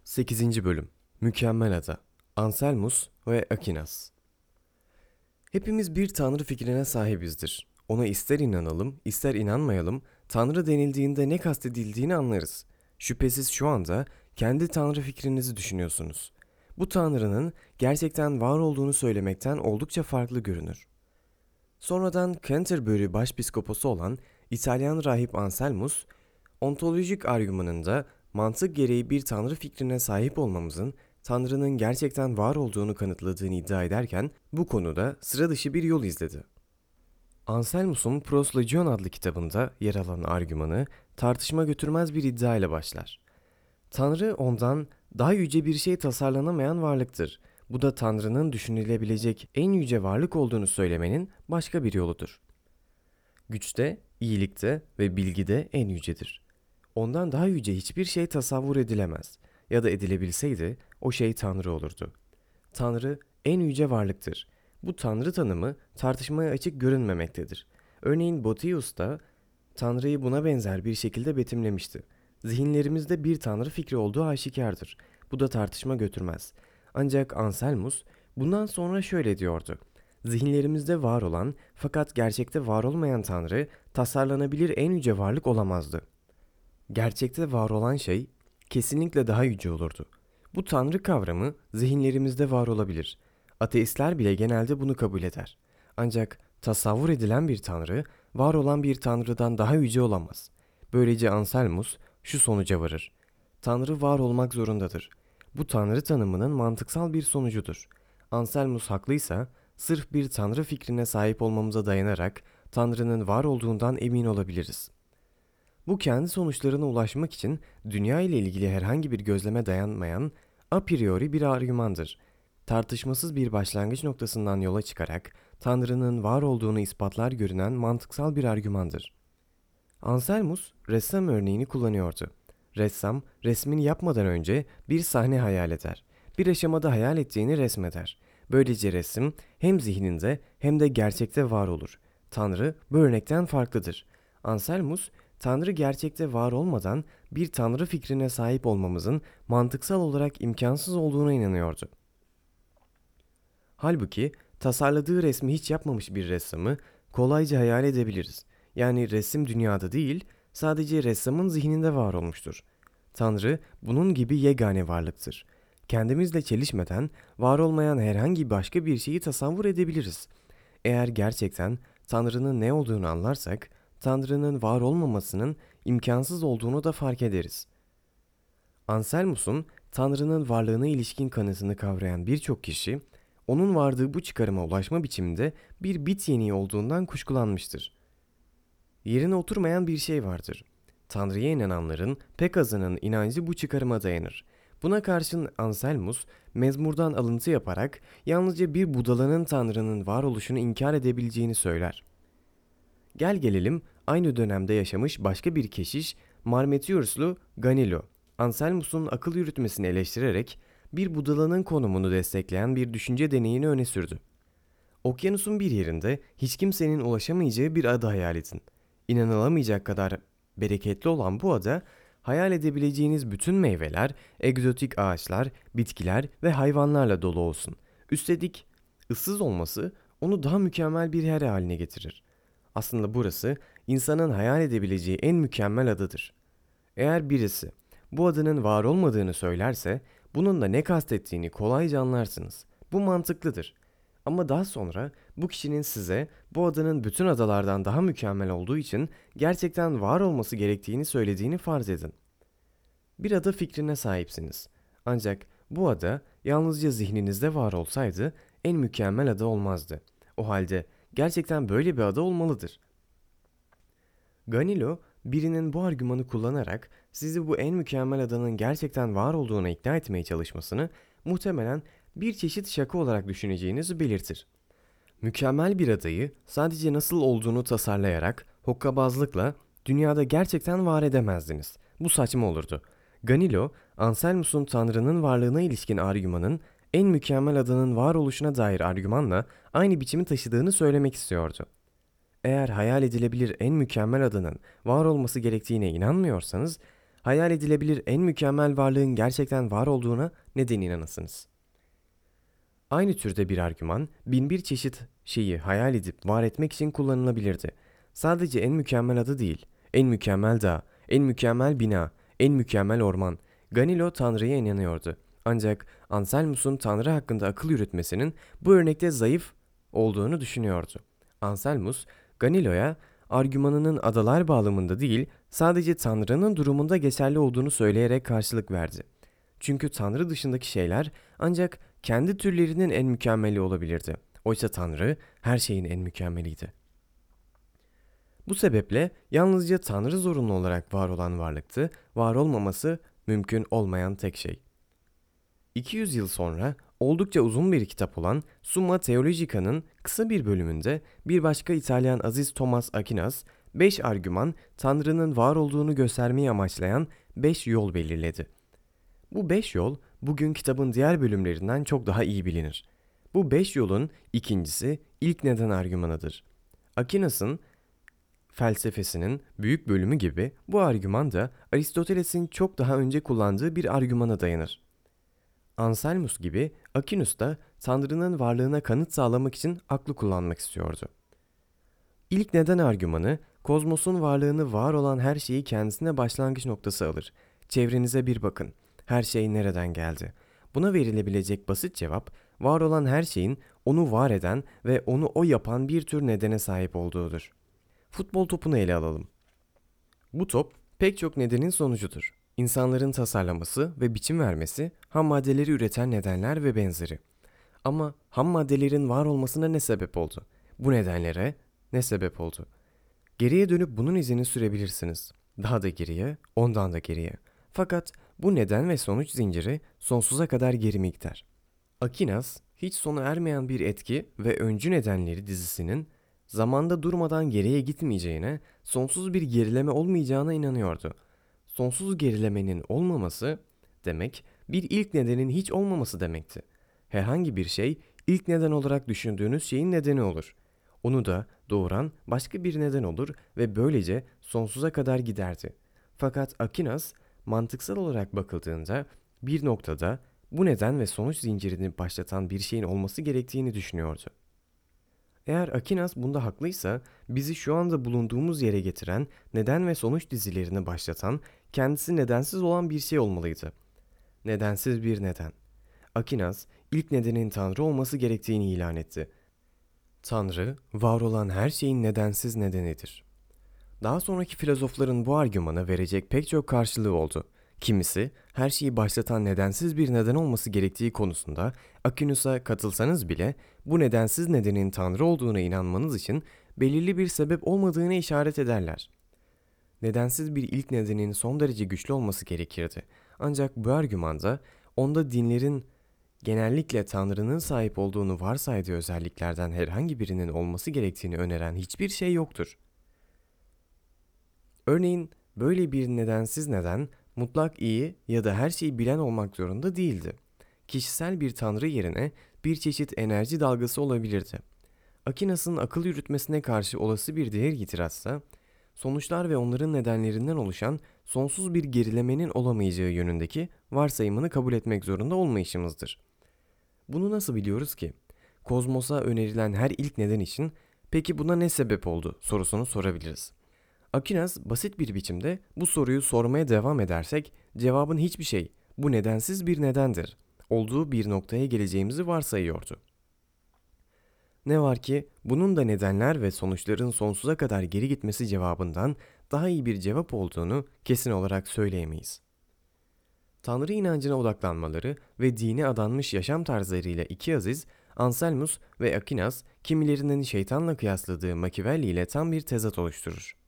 8. Bölüm Mükemmel Ada Anselmus ve Akinas. Hepimiz bir tanrı fikrine sahibizdir. Ona ister inanalım, ister inanmayalım, tanrı denildiğinde ne kastedildiğini anlarız. Şüphesiz şu anda kendi tanrı fikrinizi düşünüyorsunuz. Bu tanrının gerçekten var olduğunu söylemekten oldukça farklı görünür. Sonradan Canterbury başpiskoposu olan İtalyan rahip Anselmus, ontolojik argümanında mantık gereği bir tanrı fikrine sahip olmamızın Tanrı'nın gerçekten var olduğunu kanıtladığını iddia ederken bu konuda sıra dışı bir yol izledi. Anselmus'un Proslogion adlı kitabında yer alan argümanı tartışma götürmez bir iddia ile başlar. Tanrı ondan daha yüce bir şey tasarlanamayan varlıktır. Bu da Tanrı'nın düşünülebilecek en yüce varlık olduğunu söylemenin başka bir yoludur. Güçte, iyilikte ve bilgide en yücedir. Ondan daha yüce hiçbir şey tasavvur edilemez ya da edilebilseydi o şey Tanrı olurdu. Tanrı en yüce varlıktır. Bu Tanrı tanımı tartışmaya açık görünmemektedir. Örneğin Boethius da Tanrı'yı buna benzer bir şekilde betimlemişti. Zihinlerimizde bir Tanrı fikri olduğu aşikardır. Bu da tartışma götürmez. Ancak Anselmus bundan sonra şöyle diyordu. Zihinlerimizde var olan fakat gerçekte var olmayan Tanrı tasarlanabilir en yüce varlık olamazdı. Gerçekte var olan şey kesinlikle daha yüce olurdu. Bu tanrı kavramı zihinlerimizde var olabilir. Ateistler bile genelde bunu kabul eder. Ancak tasavvur edilen bir tanrı, var olan bir tanrıdan daha yüce olamaz. Böylece Anselmus şu sonuca varır. Tanrı var olmak zorundadır. Bu tanrı tanımının mantıksal bir sonucudur. Anselmus haklıysa, sırf bir tanrı fikrine sahip olmamıza dayanarak tanrının var olduğundan emin olabiliriz. Bu kendi sonuçlarına ulaşmak için dünya ile ilgili herhangi bir gözleme dayanmayan a priori bir argümandır. Tartışmasız bir başlangıç noktasından yola çıkarak Tanrı'nın var olduğunu ispatlar görünen mantıksal bir argümandır. Anselmus ressam örneğini kullanıyordu. Ressam resmini yapmadan önce bir sahne hayal eder. Bir aşamada hayal ettiğini resmeder. Böylece resim hem zihninde hem de gerçekte var olur. Tanrı bu örnekten farklıdır. Anselmus, Tanrı gerçekte var olmadan bir Tanrı fikrine sahip olmamızın mantıksal olarak imkansız olduğuna inanıyordu. Halbuki tasarladığı resmi hiç yapmamış bir ressamı kolayca hayal edebiliriz. Yani resim dünyada değil, sadece ressamın zihninde var olmuştur. Tanrı bunun gibi yegane varlıktır. Kendimizle çelişmeden var olmayan herhangi başka bir şeyi tasavvur edebiliriz. Eğer gerçekten Tanrı'nın ne olduğunu anlarsak, Tanrı'nın var olmamasının imkansız olduğunu da fark ederiz. Anselmus'un Tanrı'nın varlığına ilişkin kanısını kavrayan birçok kişi, onun vardığı bu çıkarıma ulaşma biçiminde bir bit yeniği olduğundan kuşkulanmıştır. Yerine oturmayan bir şey vardır. Tanrı'ya inananların pek azının inancı bu çıkarıma dayanır. Buna karşın Anselmus, mezmurdan alıntı yaparak yalnızca bir budalanın Tanrı'nın varoluşunu inkar edebileceğini söyler. Gel gelelim aynı dönemde yaşamış başka bir keşiş Marmetiuslu Ganilo, Anselmus'un akıl yürütmesini eleştirerek bir budalanın konumunu destekleyen bir düşünce deneyini öne sürdü. Okyanusun bir yerinde hiç kimsenin ulaşamayacağı bir ada hayal edin. İnanılamayacak kadar bereketli olan bu ada, hayal edebileceğiniz bütün meyveler, egzotik ağaçlar, bitkiler ve hayvanlarla dolu olsun. Üstelik ıssız olması onu daha mükemmel bir yer haline getirir. Aslında burası insanın hayal edebileceği en mükemmel adadır. Eğer birisi bu adanın var olmadığını söylerse bunun da ne kastettiğini kolayca anlarsınız. Bu mantıklıdır. Ama daha sonra bu kişinin size bu adanın bütün adalardan daha mükemmel olduğu için gerçekten var olması gerektiğini söylediğini farz edin. Bir ada fikrine sahipsiniz. Ancak bu ada yalnızca zihninizde var olsaydı en mükemmel ada olmazdı. O halde gerçekten böyle bir ada olmalıdır. Ganilo, birinin bu argümanı kullanarak sizi bu en mükemmel adanın gerçekten var olduğuna ikna etmeye çalışmasını muhtemelen bir çeşit şaka olarak düşüneceğinizi belirtir. Mükemmel bir adayı sadece nasıl olduğunu tasarlayarak hokkabazlıkla dünyada gerçekten var edemezdiniz. Bu saçma olurdu. Ganilo, Anselmus'un Tanrı'nın varlığına ilişkin argümanın en mükemmel adanın varoluşuna dair argümanla aynı biçimi taşıdığını söylemek istiyordu. Eğer hayal edilebilir en mükemmel adanın var olması gerektiğine inanmıyorsanız, hayal edilebilir en mükemmel varlığın gerçekten var olduğuna neden inanasınız? Aynı türde bir argüman, binbir çeşit şeyi hayal edip var etmek için kullanılabilirdi. Sadece en mükemmel adı değil, en mükemmel dağ, en mükemmel bina, en mükemmel orman. Ganilo Tanrı'ya inanıyordu. Ancak Anselmus'un Tanrı hakkında akıl yürütmesinin bu örnekte zayıf olduğunu düşünüyordu. Anselmus, Ganilo'ya argümanının adalar bağlamında değil, sadece Tanrı'nın durumunda geçerli olduğunu söyleyerek karşılık verdi. Çünkü Tanrı dışındaki şeyler ancak kendi türlerinin en mükemmeli olabilirdi. Oysa Tanrı her şeyin en mükemmeliydi. Bu sebeple yalnızca Tanrı zorunlu olarak var olan varlıktı, var olmaması mümkün olmayan tek şey. 200 yıl sonra oldukça uzun bir kitap olan Summa Theologica'nın kısa bir bölümünde bir başka İtalyan Aziz Thomas Aquinas, 5 argüman Tanrı'nın var olduğunu göstermeyi amaçlayan 5 yol belirledi. Bu 5 yol bugün kitabın diğer bölümlerinden çok daha iyi bilinir. Bu 5 yolun ikincisi ilk neden argümanıdır. Aquinas'ın felsefesinin büyük bölümü gibi bu argüman da Aristoteles'in çok daha önce kullandığı bir argümana dayanır. Anselmus gibi Aquinas da Tanrı'nın varlığına kanıt sağlamak için aklı kullanmak istiyordu. İlk neden argümanı, kozmosun varlığını var olan her şeyi kendisine başlangıç noktası alır. Çevrenize bir bakın. Her şey nereden geldi? Buna verilebilecek basit cevap, var olan her şeyin onu var eden ve onu o yapan bir tür nedene sahip olduğudur. Futbol topunu ele alalım. Bu top pek çok nedenin sonucudur. İnsanların tasarlaması ve biçim vermesi, ham maddeleri üreten nedenler ve benzeri. Ama ham maddelerin var olmasına ne sebep oldu? Bu nedenlere ne sebep oldu? Geriye dönüp bunun izini sürebilirsiniz. Daha da geriye, ondan da geriye. Fakat bu neden ve sonuç zinciri sonsuza kadar geri gider. Aquinas, hiç sona ermeyen bir etki ve öncü nedenleri dizisinin zamanda durmadan geriye gitmeyeceğine, sonsuz bir gerileme olmayacağına inanıyordu. Sonsuz gerilemenin olmaması demek, bir ilk nedenin hiç olmaması demekti. Herhangi bir şey ilk neden olarak düşündüğünüz şeyin nedeni olur. Onu da doğuran başka bir neden olur ve böylece sonsuza kadar giderdi. Fakat Aquinas mantıksal olarak bakıldığında bir noktada bu neden ve sonuç zincirini başlatan bir şeyin olması gerektiğini düşünüyordu. Eğer Aquinas bunda haklıysa bizi şu anda bulunduğumuz yere getiren neden ve sonuç dizilerini başlatan kendisi nedensiz olan bir şey olmalıydı. Nedensiz bir neden. Aquinas ilk nedenin Tanrı olması gerektiğini ilan etti. Tanrı, var olan her şeyin nedensiz nedenidir. Daha sonraki filozofların bu argümana verecek pek çok karşılığı oldu. Kimisi, her şeyi başlatan nedensiz bir neden olması gerektiği konusunda Aquinas'a katılsanız bile bu nedensiz nedenin Tanrı olduğuna inanmanız için belirli bir sebep olmadığını işaret ederler. Nedensiz bir ilk nedenin son derece güçlü olması gerekirdi. Ancak bu argümanda onda dinlerin genellikle Tanrı'nın sahip olduğunu varsaydığı özelliklerden herhangi birinin olması gerektiğini öneren hiçbir şey yoktur. Örneğin böyle bir nedensiz neden mutlak iyi ya da her şeyi bilen olmak zorunda değildi. Kişisel bir tanrı yerine bir çeşit enerji dalgası olabilirdi. Aquinas'ın akıl yürütmesine karşı olası bir diğer itirazsa, sonuçlar ve onların nedenlerinden oluşan sonsuz bir gerilemenin olamayacağı yönündeki varsayımını kabul etmek zorunda olmayışımızdır. Bunu nasıl biliyoruz ki? Kozmosa önerilen her ilk neden için peki buna ne sebep oldu sorusunu sorabiliriz. Aquinas basit bir biçimde bu soruyu sormaya devam edersek cevabın hiçbir şey, bu nedensiz bir nedendir olduğu bir noktaya geleceğimizi varsayıyordu. Ne var ki bunun da nedenler ve sonuçların sonsuza kadar geri gitmesi cevabından daha iyi bir cevap olduğunu kesin olarak söyleyemeyiz. Tanrı inancına odaklanmaları ve dine adanmış yaşam tarzlarıyla iki aziz, Anselmus ve Aquinas, kimilerinin şeytanla kıyasladığı Machiavelli ile tam bir tezat oluşturur.